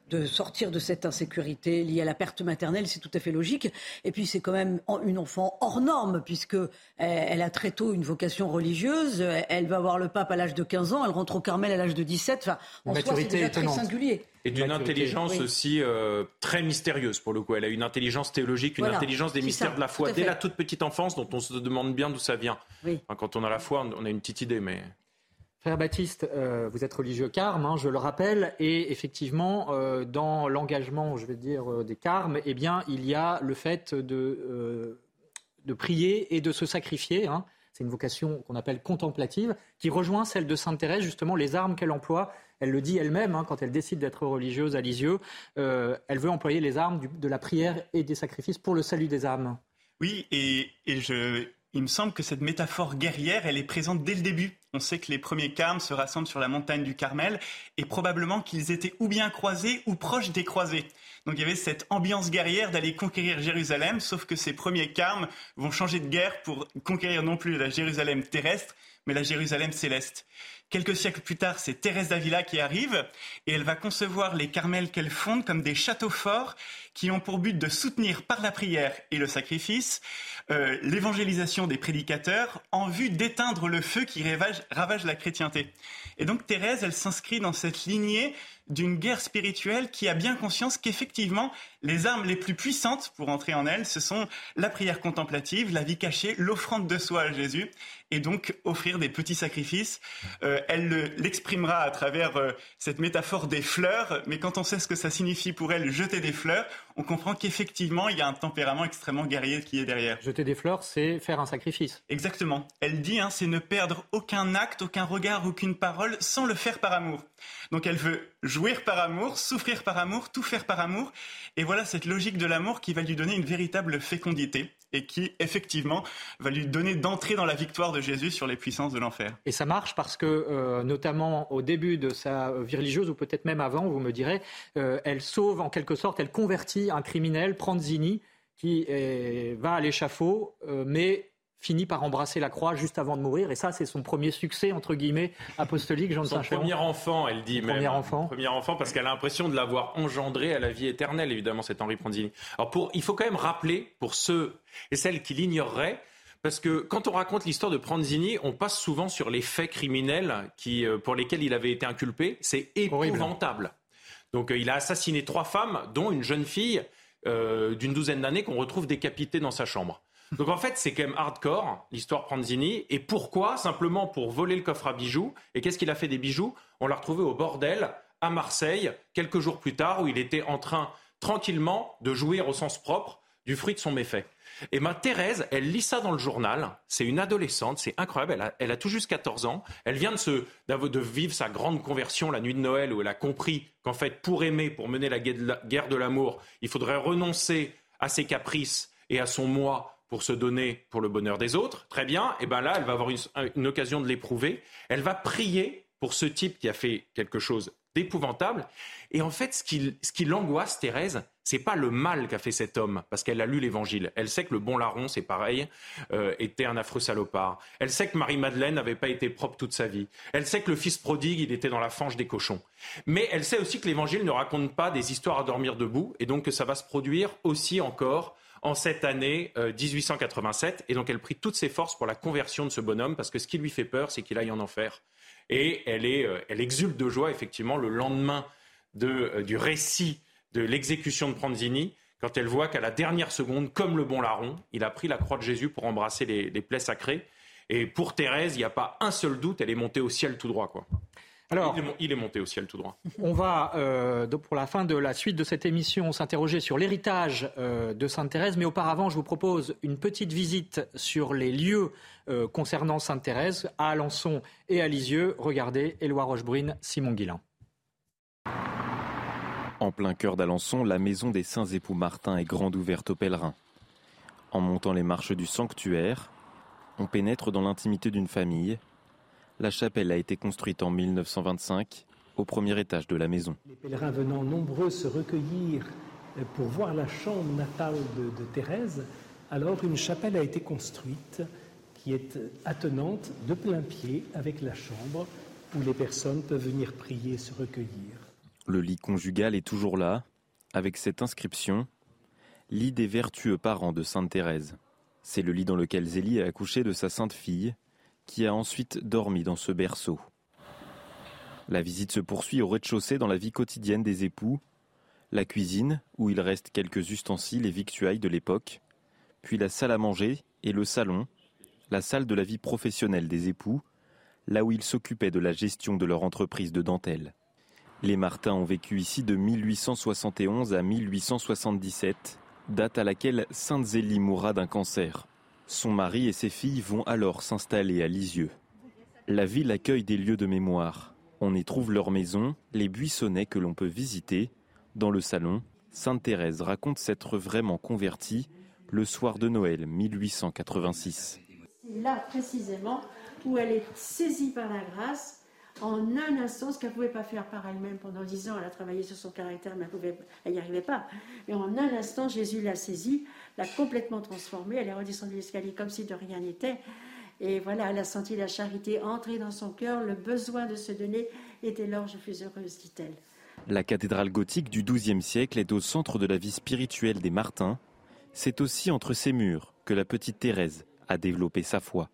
de sortir de cette insécurité liée à la perte maternelle, c'est tout à fait logique. Et puis c'est quand même une enfant hors norme, puisque elle a très tôt une vocation religieuse. Elle va voir le pape à l'âge de quinze ans, elle rentre au Carmel à l'âge de dix-sept. Enfin, en soi, c'est déjà très singulier. Et d'une intelligence oui. aussi euh, très mystérieuse pour le coup. Elle a une intelligence théologique, une voilà, intelligence des mystères ça, de la foi dès la toute petite enfance, dont on se demande bien d'où ça vient. Oui. Enfin, quand on a la foi, on a une petite idée, mais... Frère Baptiste, euh, vous êtes religieux carme, hein, je le rappelle, et effectivement, euh, dans l'engagement, je vais dire, euh, des carmes, eh bien, il y a le fait de, euh, de prier et de se sacrifier. Hein. C'est une vocation qu'on appelle contemplative, qui rejoint celle de Sainte Thérèse, justement, les armes qu'elle emploie. Elle le dit elle-même, hein, quand elle décide d'être religieuse à Lisieux, euh, elle veut employer les armes du, de la prière et des sacrifices pour le salut des âmes. Oui, et, et je... il me semble que cette métaphore guerrière, elle est présente dès le début. On sait que les premiers carmes se rassemblent sur la montagne du Carmel et probablement qu'ils étaient ou bien croisés ou proches des croisés. Donc il y avait cette ambiance guerrière d'aller conquérir Jérusalem, sauf que ces premiers carmes vont changer de guerre pour conquérir non plus la Jérusalem terrestre, mais la Jérusalem céleste. Quelques siècles plus tard, c'est Thérèse d'Avila qui arrive et elle va concevoir les Carmels qu'elle fonde comme des châteaux forts qui ont pour but de soutenir par la prière et le sacrifice euh, l'évangélisation des prédicateurs en vue d'éteindre le feu qui ravage, ravage la chrétienté. Et donc Thérèse, elle s'inscrit dans cette lignée d'une guerre spirituelle qui a bien conscience qu'effectivement, les armes les plus puissantes pour entrer en elle, ce sont la prière contemplative, la vie cachée, l'offrande de soi à Jésus, et donc offrir des petits sacrifices. Euh, elle le, l'exprimera à travers euh, cette métaphore des fleurs, mais quand on sait ce que ça signifie pour elle, jeter des fleurs, on comprend qu'effectivement, il y a un tempérament extrêmement guerrier qui est derrière. Jeter des fleurs, c'est faire un sacrifice. Exactement. Elle dit, hein, c'est ne perdre aucun acte, aucun regard, aucune parole, sans le faire par amour. Donc elle veut jouir par amour, souffrir par amour, tout faire par amour. Et voilà cette logique de l'amour qui va lui donner une véritable fécondité et qui, effectivement, va lui donner d'entrer dans la victoire de Jésus sur les puissances de l'enfer. Et ça marche parce que, euh, notamment au début de sa vie religieuse, ou peut-être même avant, vous me direz, euh, elle sauve en quelque sorte, elle convertit un criminel, Pranzini, qui est, va à l'échafaud, euh, mais finit par embrasser la croix juste avant de mourir. Et ça, c'est son premier succès, entre guillemets, apostolique, Jean de Saint-Chéron. Son premier enfant, elle dit même. Premier enfant. Premier enfant, parce qu'elle a l'impression de l'avoir engendré à la vie éternelle, évidemment, cet Henri Pranzini. Alors, pour, il faut quand même rappeler, pour ceux et celles qui l'ignoreraient, parce que quand on raconte l'histoire de Pranzini, on passe souvent sur les faits criminels qui, pour lesquels il avait été inculpé. C'est épouvantable. Horrible. Donc, il a assassiné trois femmes, dont une jeune fille euh, d'une douzaine d'années qu'on retrouve décapitée dans sa chambre. Donc en fait, c'est quand même hardcore, l'histoire Pranzini. Et pourquoi ? Simplement pour voler le coffre à bijoux. Et qu'est-ce qu'il a fait des bijoux ? On l'a retrouvé au bordel, à Marseille, quelques jours plus tard, où il était en train, tranquillement, de jouir au sens propre du fruit de son méfait. Et ma Thérèse, elle lit ça dans le journal. C'est une adolescente, c'est incroyable. Elle a, elle a tout juste quatorze ans. Elle vient de, se, de vivre sa grande conversion la nuit de Noël, où elle a compris qu'en fait, pour aimer, pour mener la guerre de l'amour, il faudrait renoncer à ses caprices et à son moi, pour se donner pour le bonheur des autres. Très bien, et bien là, elle va avoir une, une occasion de l'éprouver. Elle va prier pour ce type qui a fait quelque chose d'épouvantable. Et en fait, ce qui, ce qui l'angoisse, Thérèse, c'est pas le mal qu'a fait cet homme, parce qu'elle a lu l'Évangile. Elle sait que le bon larron, c'est pareil, euh, était un affreux salopard. Elle sait que Marie-Madeleine n'avait pas été propre toute sa vie. Elle sait que le fils prodigue, il était dans la fange des cochons. Mais elle sait aussi que l'Évangile ne raconte pas des histoires à dormir debout, et donc que ça va se produire aussi encore en cette année euh, dix-huit cent quatre-vingt-sept. Et donc elle prie toutes ses forces pour la conversion de ce bonhomme, parce que ce qui lui fait peur, c'est qu'il aille en enfer. Et elle, est, euh, elle exulte de joie, effectivement, le lendemain de, euh, du récit de l'exécution de Pranzini, quand elle voit qu'à la dernière seconde, comme le bon larron, il a pris la croix de Jésus pour embrasser les, les plaies sacrées. Et pour Thérèse, il n'y a pas un seul doute, elle est montée au ciel tout droit, quoi. Alors, il, est, il est monté au ciel tout droit. On va, euh, pour la fin de la suite de cette émission, s'interroger sur l'héritage euh, de Sainte Thérèse. Mais auparavant, je vous propose une petite visite sur les lieux euh, concernant Sainte Thérèse, à Alençon et à Lisieux. Regardez, Éloi Rochebrune, Simon Guillain. En plein cœur d'Alençon, la maison des Saints Époux Martin est grande ouverte aux pèlerins. En montant les marches du sanctuaire, on pénètre dans l'intimité d'une famille. La chapelle a été construite en mille neuf cent vingt-cinq, au premier étage de la maison. Les pèlerins venant nombreux se recueillir pour voir la chambre natale de, de Thérèse, alors une chapelle a été construite qui est attenante de plein pied avec la chambre où les personnes peuvent venir prier et se recueillir. Le lit conjugal est toujours là, avec cette inscription « Lit des vertueux parents de Sainte Thérèse ». C'est le lit dans lequel Zélie a accouché de sa sainte fille, qui a ensuite dormi dans ce berceau. La visite se poursuit au rez-de-chaussée dans la vie quotidienne des époux, la cuisine, où il reste quelques ustensiles et victuailles de l'époque, puis la salle à manger et le salon, la salle de la vie professionnelle des époux, là où ils s'occupaient de la gestion de leur entreprise de dentelle. Les Martin ont vécu ici de mille huit cent soixante et onze à mille huit cent soixante-dix-sept, date à laquelle Sainte Zélie mourra d'un cancer. Son mari et ses filles vont alors s'installer à Lisieux. La ville accueille des lieux de mémoire. On y trouve leur maison, les buissonnets que l'on peut visiter. Dans le salon, Sainte Thérèse raconte s'être vraiment convertie le soir de Noël mille huit cent quatre-vingt-six. C'est là précisément où elle est saisie par la grâce. En un instant, ce qu'elle ne pouvait pas faire par elle-même pendant dix ans, elle a travaillé sur son caractère, mais elle n'y arrivait pas. Et en un instant, Jésus l'a saisie, l'a complètement transformée, elle est redescendue l'escalier comme si de rien n'était. Et voilà, elle a senti la charité entrer dans son cœur, le besoin de se donner, et dès lors, je fus heureuse, dit-elle. La cathédrale gothique du douzième siècle est au centre de la vie spirituelle des Martins. C'est aussi entre ses murs que la petite Thérèse a développé sa foi.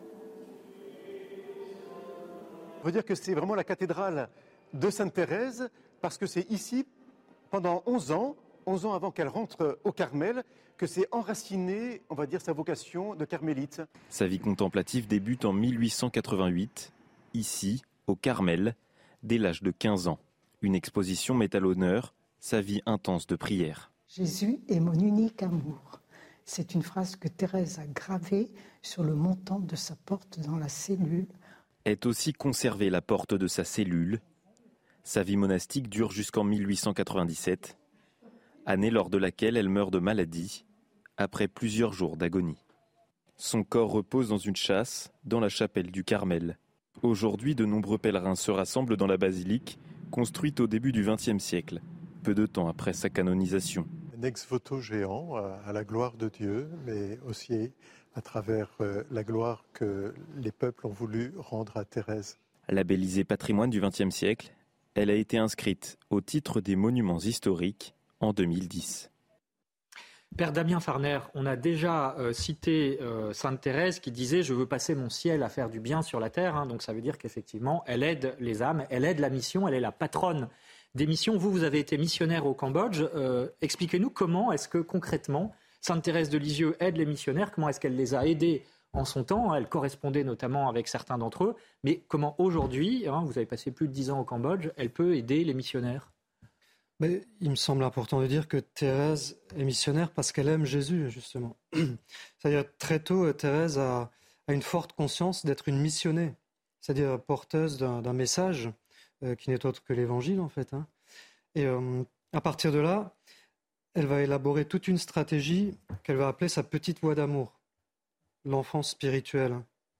On peut dire que c'est vraiment la cathédrale de Sainte-Thérèse, parce que c'est ici, pendant onze ans, onze ans avant qu'elle rentre au Carmel, que s'est enracinée, on va dire, sa vocation de carmélite. Sa vie contemplative débute en mille huit cent quatre-vingt-huit, ici, au Carmel, dès l'âge de quinze ans. Une exposition met à l'honneur sa vie intense de prière. Jésus est mon unique amour. C'est une phrase que Thérèse a gravée sur le montant de sa porte dans la cellule. Est aussi conservée la porte de sa cellule. Sa vie monastique dure jusqu'en mille huit cent quatre-vingt-dix-sept, année lors de laquelle elle meurt de maladie, après plusieurs jours d'agonie. Son corps repose dans une châsse, dans la chapelle du Carmel. Aujourd'hui, de nombreux pèlerins se rassemblent dans la basilique, construite au début du vingtième siècle, peu de temps après sa canonisation. Un ex-voto géant à la gloire de Dieu, mais aussi à travers la gloire que les peuples ont voulu rendre à Thérèse. Labellisée patrimoine du vingtième siècle, elle a été inscrite au titre des monuments historiques en deux mille dix. Père Damien Farner, on a déjà euh, cité euh, Sainte Thérèse qui disait « Je veux passer mon ciel à faire du bien sur la terre hein ». Donc ça veut dire qu'effectivement, elle aide les âmes, elle aide la mission, elle est la patronne des missions. Vous, vous avez été missionnaire au Cambodge. Euh, expliquez-nous comment est-ce que concrètement Sainte Thérèse de Lisieux aide les missionnaires, comment est-ce qu'elle les a aidés en son temps, elle correspondait notamment avec certains d'entre eux, mais comment aujourd'hui, hein, vous avez passé plus de dix ans au Cambodge, elle peut aider les missionnaires ? Mais il me semble important de dire que Thérèse est missionnaire parce qu'elle aime Jésus, justement. C'est-à-dire, très tôt, Thérèse a, a une forte conscience d'être une missionnée, c'est-à-dire porteuse d'un, d'un message euh, qui n'est autre que l'Évangile, en fait. Hein. Et euh, à partir de là, elle va élaborer toute une stratégie qu'elle va appeler sa petite voie d'amour, l'enfance spirituelle,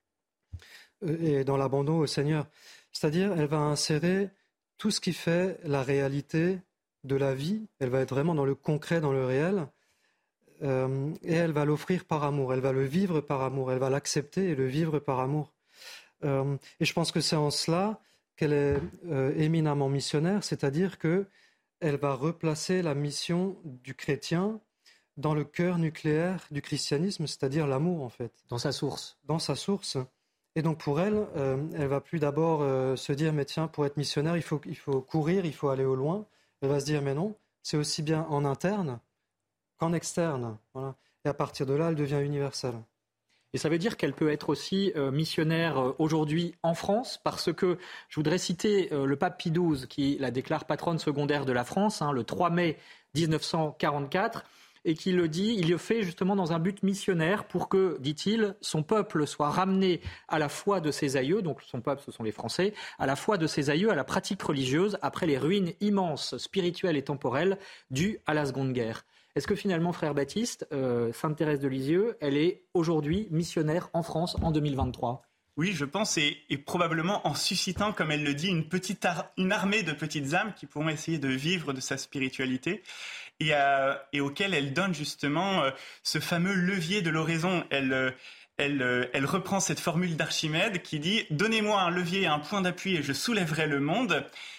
et dans l'abandon au Seigneur. C'est-à-dire, elle va insérer tout ce qui fait la réalité de la vie, elle va être vraiment dans le concret, dans le réel, euh, et elle va l'offrir par amour, elle va le vivre par amour, elle va l'accepter et le vivre par amour. Euh, et je pense que c'est en cela qu'elle est euh, éminemment missionnaire, c'est-à-dire qu'elle va replacer la mission du chrétien dans le cœur nucléaire du christianisme, c'est-à-dire l'amour en fait. Dans sa source. Dans sa source. Et donc pour elle, euh, elle va plus d'abord euh, se dire, mais tiens, pour être missionnaire, il faut, il faut courir, il faut aller au loin. Elle va se dire, mais non, c'est aussi bien en interne qu'en externe. Voilà. Et à partir de là, elle devient universelle. Et ça veut dire qu'elle peut être aussi euh, missionnaire euh, aujourd'hui en France, parce que je voudrais citer euh, le pape Pie douze, qui la déclare patronne secondaire de la France, hein, le trois mai dix-neuf cent quarante-quatre, et qui le dit, il le fait justement dans un but missionnaire pour que, dit-il, son peuple soit ramené à la foi de ses aïeux, donc son peuple ce sont les Français, à la foi de ses aïeux, à la pratique religieuse, après les ruines immenses, spirituelles et temporelles dues à la Seconde Guerre. Est-ce que finalement, frère Baptiste, euh, Sainte Thérèse de Lisieux, elle est aujourd'hui missionnaire en France en deux mille vingt-trois ? Oui, je pense, et, et probablement en suscitant, comme elle le dit, une, petite ar- une armée de petites âmes qui pourront essayer de vivre de sa spiritualité et, euh, et auxquelles elle donne justement euh, ce fameux levier de l'oraison. Elle, euh, elle, euh, elle reprend cette formule d'Archimède qui dit « Donnez-moi un levier et un point d'appui et je soulèverai le monde ».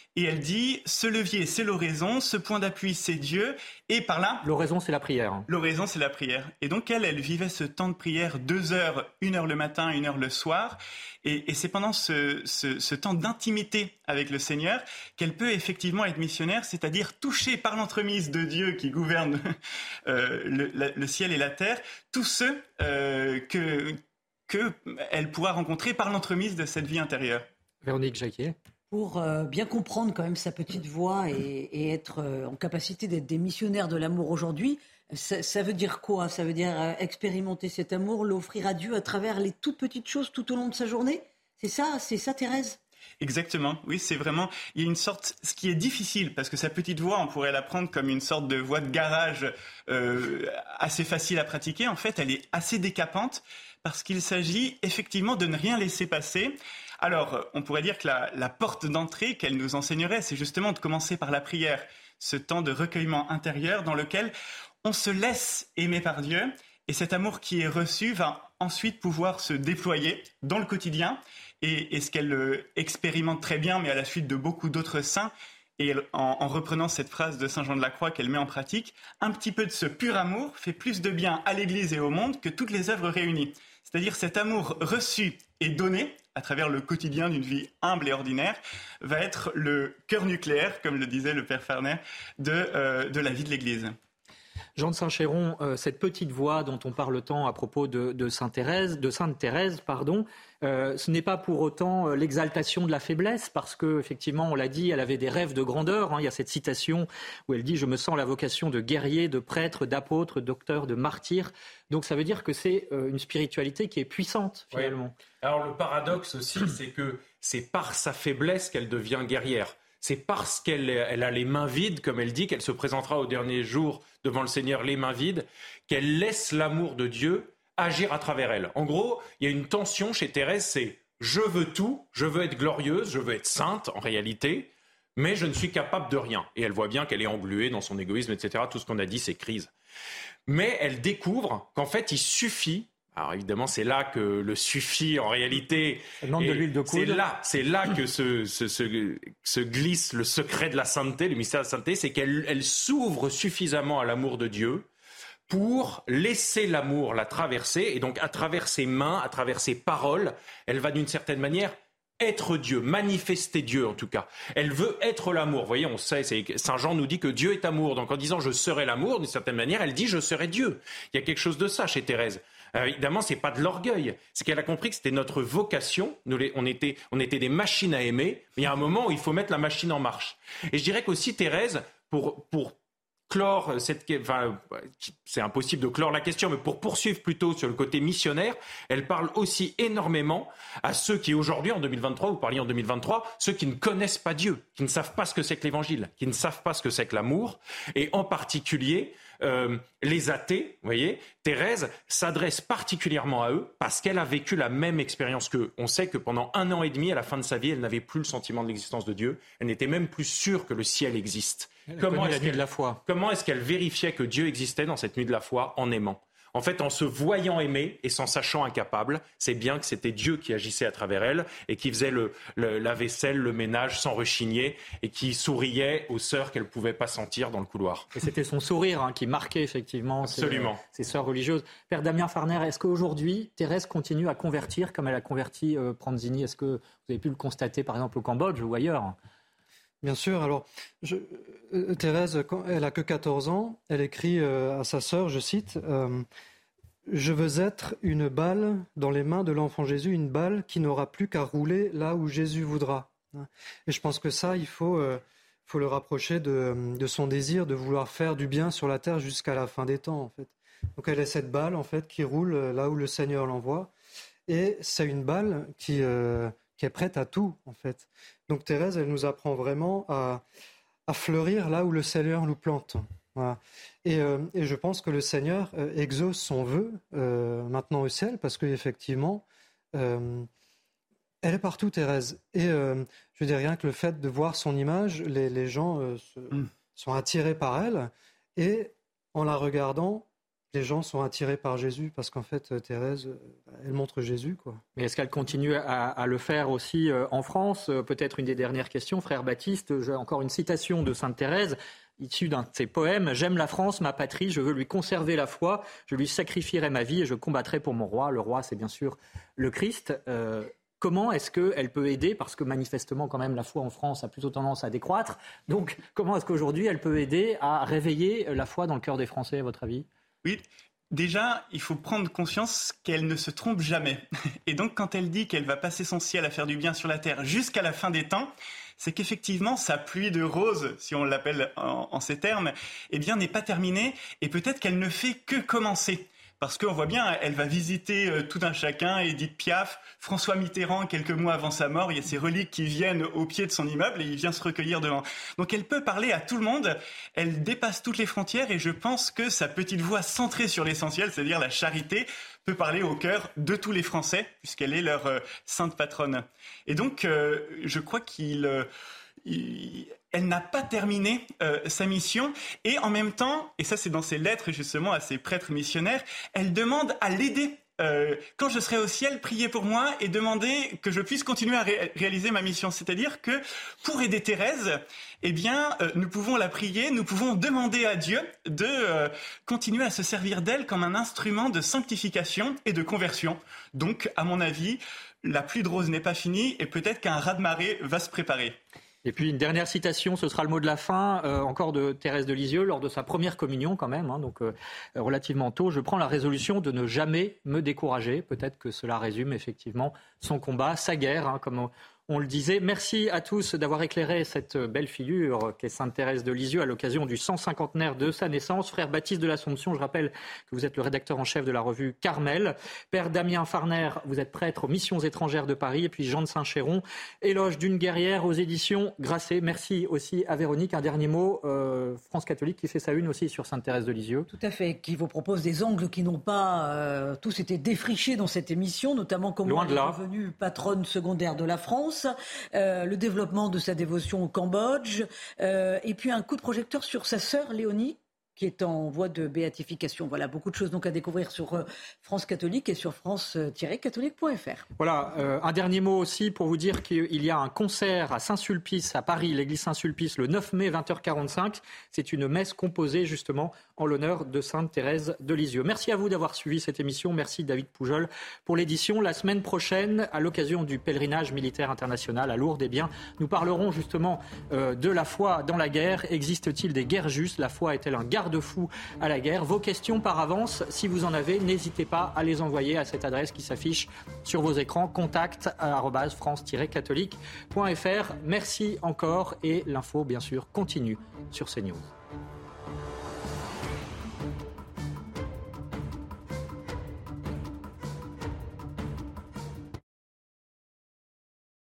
Et elle dit, ce levier, c'est l'oraison, ce point d'appui, c'est Dieu, et par là... L'oraison, c'est la prière. L'oraison, c'est la prière. Et donc elle, elle vivait ce temps de prière, deux heures, une heure le matin, une heure le soir, et, et c'est pendant ce, ce, ce temps d'intimité avec le Seigneur qu'elle peut effectivement être missionnaire, c'est-à-dire toucher par l'entremise de Dieu qui gouverne euh, le, la, le ciel et la terre, tous ceux euh, que, que elle pourra rencontrer par l'entremise de cette vie intérieure. Véronique Jacquier. Pour euh, bien comprendre quand même sa petite voix et, et être euh, en capacité d'être des missionnaires de l'amour aujourd'hui, ça, ça veut dire quoi ? Ça veut dire euh, expérimenter cet amour, l'offrir à Dieu à travers les toutes petites choses tout au long de sa journée ? C'est ça, c'est ça Thérèse ? Exactement, oui, c'est vraiment, il y a une sorte, ce qui est difficile, parce que sa petite voix, on pourrait la prendre comme une sorte de voix de garage euh, assez facile à pratiquer. En fait, elle est assez décapante, parce qu'il s'agit effectivement de ne rien laisser passer. Alors, on pourrait dire que la, la porte d'entrée qu'elle nous enseignerait, c'est justement de commencer par la prière, ce temps de recueillement intérieur dans lequel on se laisse aimer par Dieu, et cet amour qui est reçu va ensuite pouvoir se déployer dans le quotidien, et, et ce qu'elle euh, expérimente très bien, mais à la suite de beaucoup d'autres saints, et elle, en, en reprenant cette phrase de Saint Jean de la Croix qu'elle met en pratique, un petit peu de ce pur amour fait plus de bien à l'Église et au monde que toutes les œuvres réunies. C'est-à-dire cet amour reçu et donné à travers le quotidien d'une vie humble et ordinaire va être le cœur nucléaire, comme le disait le père Farner, de, euh, de la vie de l'Église. Jean de Saint-Chéron, euh, cette petite voix dont on parle tant à propos de, de Sainte Thérèse, de Sainte Thérèse, pardon, euh, ce n'est pas pour autant euh, l'exaltation de la faiblesse, parce que effectivement, on l'a dit, elle avait des rêves de grandeur. Hein. Il y a cette citation où elle dit « Je me sens la vocation de guerrier, de prêtre, d'apôtre, docteur, de martyr ». Donc ça veut dire que c'est euh, une spiritualité qui est puissante, finalement. Ouais. Alors le paradoxe aussi, c'est que c'est par sa faiblesse qu'elle devient guerrière. C'est parce qu'elle elle a les mains vides, comme elle dit, qu'elle se présentera au dernier jour devant le Seigneur les mains vides, qu'elle laisse l'amour de Dieu agir à travers elle. En gros, il y a une tension chez Thérèse, c'est « je veux tout, je veux être glorieuse, je veux être sainte en réalité, mais je ne suis capable de rien ». Et elle voit bien qu'elle est engluée dans son égoïsme, et cetera. Tout ce qu'on a dit, c'est crise. Mais elle découvre qu'en fait, il suffit... Alors évidemment, c'est là que le suffit en réalité. Demande de l'huile de coude. C'est là, c'est là que se, se, se, se glisse le secret de la sainteté, le mystère de la sainteté, c'est qu'elle elle s'ouvre suffisamment à l'amour de Dieu pour laisser l'amour la traverser, et donc à travers ses mains, à travers ses paroles, elle va d'une certaine manière être Dieu, manifester Dieu en tout cas. Elle veut être l'amour. Vous voyez, on sait, c'est, Saint Jean nous dit que Dieu est amour. Donc en disant je serai l'amour, d'une certaine manière, elle dit je serai Dieu. Il y a quelque chose de ça chez Thérèse. Euh, évidemment, c'est pas de l'orgueil. C'est qu'elle a compris que c'était notre vocation. Nous, les, on, était, on était des machines à aimer. Mais il y a un moment où il faut mettre la machine en marche. Et je dirais qu'aussi Thérèse, pour, pour clore cette... Enfin, c'est impossible de clore la question, mais pour poursuivre plutôt sur le côté missionnaire, elle parle aussi énormément à ceux qui aujourd'hui, en deux mille vingt-trois, vous parliez en deux mille vingt-trois, ceux qui ne connaissent pas Dieu, qui ne savent pas ce que c'est que l'évangile, qui ne savent pas ce que c'est que l'amour, et en particulier... Euh, les athées, vous voyez, Thérèse s'adresse particulièrement à eux parce qu'elle a vécu la même expérience qu'eux. On sait que pendant un an et demi, à la fin de sa vie, elle n'avait plus le sentiment de l'existence de Dieu. Elle n'était même plus sûre que le ciel existe. Comment est-ce, qu'elle, de la foi. comment est-ce qu'elle vérifiait que Dieu existait dans cette nuit de la foi en aimant ? En fait, en se voyant aimer et s'en sachant incapable, c'est bien que c'était Dieu qui agissait à travers elle et qui faisait le, le, la vaisselle, le ménage sans rechigner et qui souriait aux sœurs qu'elle ne pouvait pas sentir dans le couloir. Et c'était son sourire hein, qui marquait effectivement Absolument. Ses, ses sœurs religieuses. Père Damien Farner, est-ce qu'aujourd'hui, Thérèse continue à convertir comme elle a converti euh, Pranzini ? Est-ce que vous avez pu le constater par exemple au Cambodge ou ailleurs ? Bien sûr. Alors, je, euh, Thérèse, quand elle a que quatorze ans, elle écrit euh, à sa sœur, je cite, euh, « Je veux être une balle dans les mains de l'enfant Jésus, une balle qui n'aura plus qu'à rouler là où Jésus voudra. » Et je pense que ça, il faut, euh, faut le rapprocher de, de son désir de vouloir faire du bien sur la terre jusqu'à la fin des temps, en fait. Donc elle est cette balle, en fait, qui roule là où le Seigneur l'envoie. Et c'est une balle qui... Euh, qui est prête à tout, en fait. Donc Thérèse, elle nous apprend vraiment à, à fleurir là où le Seigneur nous plante. Voilà. Et, euh, et je pense que le Seigneur euh, exauce son vœu euh, maintenant au ciel, parce qu'effectivement, euh, elle est partout, Thérèse. Et euh, je veux dire, rien que le fait de voir son image, les, les gens euh, se, mm. sont attirés par elle, et en la regardant, les gens sont attirés par Jésus parce qu'en fait, Thérèse, elle montre Jésus, quoi. Mais est-ce qu'elle continue à, à le faire aussi en France ? Peut-être une des dernières questions, frère Baptiste. J'ai encore une citation de Sainte Thérèse, issue d'un de ses poèmes. « J'aime la France, ma patrie, je veux lui conserver la foi, je lui sacrifierai ma vie et je combattrai pour mon roi. » Le roi, c'est bien sûr le Christ. Euh, comment est-ce qu'elle peut aider ? Parce que manifestement, quand même, la foi en France a plutôt tendance à décroître. Donc, comment est-ce qu'aujourd'hui, elle peut aider à réveiller la foi dans le cœur des Français, à votre avis ? Oui, déjà, il faut prendre conscience qu'elle ne se trompe jamais. Et donc, quand elle dit qu'elle va passer son ciel à faire du bien sur la terre jusqu'à la fin des temps, c'est qu'effectivement, sa pluie de roses, si on l'appelle en, en ces termes, eh bien, n'est pas terminée et peut-être qu'elle ne fait que commencer. Parce qu'on voit bien, elle va visiter euh, tout un chacun, Édith Piaf, François Mitterrand, quelques mois avant sa mort, il y a ces reliques qui viennent au pied de son immeuble et il vient se recueillir devant. Donc elle peut parler à tout le monde, elle dépasse toutes les frontières et je pense que sa petite voix centrée sur l'essentiel, c'est-à-dire la charité, peut parler au cœur de tous les Français, puisqu'elle est leur euh, sainte patronne. Et donc, euh, je crois qu'il... Euh, il... Elle n'a pas terminé euh, sa mission et en même temps, et ça c'est dans ses lettres justement à ses prêtres missionnaires, elle demande à l'aider. Euh, quand je serai au ciel, priez pour moi et demandez que je puisse continuer à ré- réaliser ma mission. C'est-à-dire que pour aider Thérèse, eh bien, euh, nous pouvons la prier, nous pouvons demander à Dieu de euh, continuer à se servir d'elle comme un instrument de sanctification et de conversion. Donc, à mon avis, la pluie de roses n'est pas finie et peut-être qu'un raz-de-marée va se préparer. Et puis une dernière citation, ce sera le mot de la fin, euh, encore de Thérèse de Lisieux, lors de sa première communion quand même, hein, donc euh, relativement tôt. Je prends la résolution de ne jamais me décourager. Peut-être que cela résume effectivement son combat, sa guerre, hein, comme on, on le disait. Merci à tous d'avoir éclairé cette belle figure qu'est Sainte Thérèse de Lisieux à l'occasion du cent cinquantenaire de sa naissance. Frère Baptiste de l'Assomption, je rappelle que vous êtes le rédacteur en chef de la revue Carmel. Père Damien Farner, vous êtes prêtre aux Missions étrangères de Paris. Et puis Jean de Saint-Chéron, Éloge d'une guerrière aux éditions Grasset. Merci aussi à Véronique. Un dernier mot, euh, France catholique qui fait sa une aussi sur Sainte Thérèse de Lisieux. Tout à fait, qui vous propose des angles qui n'ont pas euh, tous été défrichés dans cette émission, notamment comment elle est devenue patronne secondaire de la France. Euh, le développement de sa dévotion au Cambodge, euh, et puis un coup de projecteur sur sa sœur Léonie, qui est en voie de béatification. Voilà, beaucoup de choses donc à découvrir sur euh, France Catholique et sur france tiret catholique point f r. Voilà, euh, un dernier mot aussi pour vous dire qu'il y a un concert à Saint-Sulpice, à Paris, l'église Saint-Sulpice, le neuf mai, vingt heures quarante-cinq. C'est une messe composée justement en l'honneur de Sainte Thérèse de Lisieux. Merci à vous d'avoir suivi cette émission. Merci David Poujol pour l'édition. La semaine prochaine, à l'occasion du pèlerinage militaire international à Lourdes, eh bien, nous parlerons justement euh, de la foi dans la guerre. Existe-t-il des guerres justes ? La foi est-elle un garde-fou à la guerre ? Vos questions par avance, si vous en avez, n'hésitez pas à les envoyer à cette adresse qui s'affiche sur vos écrans, contact arobase france tiret catholique point f r. Merci encore et l'info, bien sûr, continue sur CNews.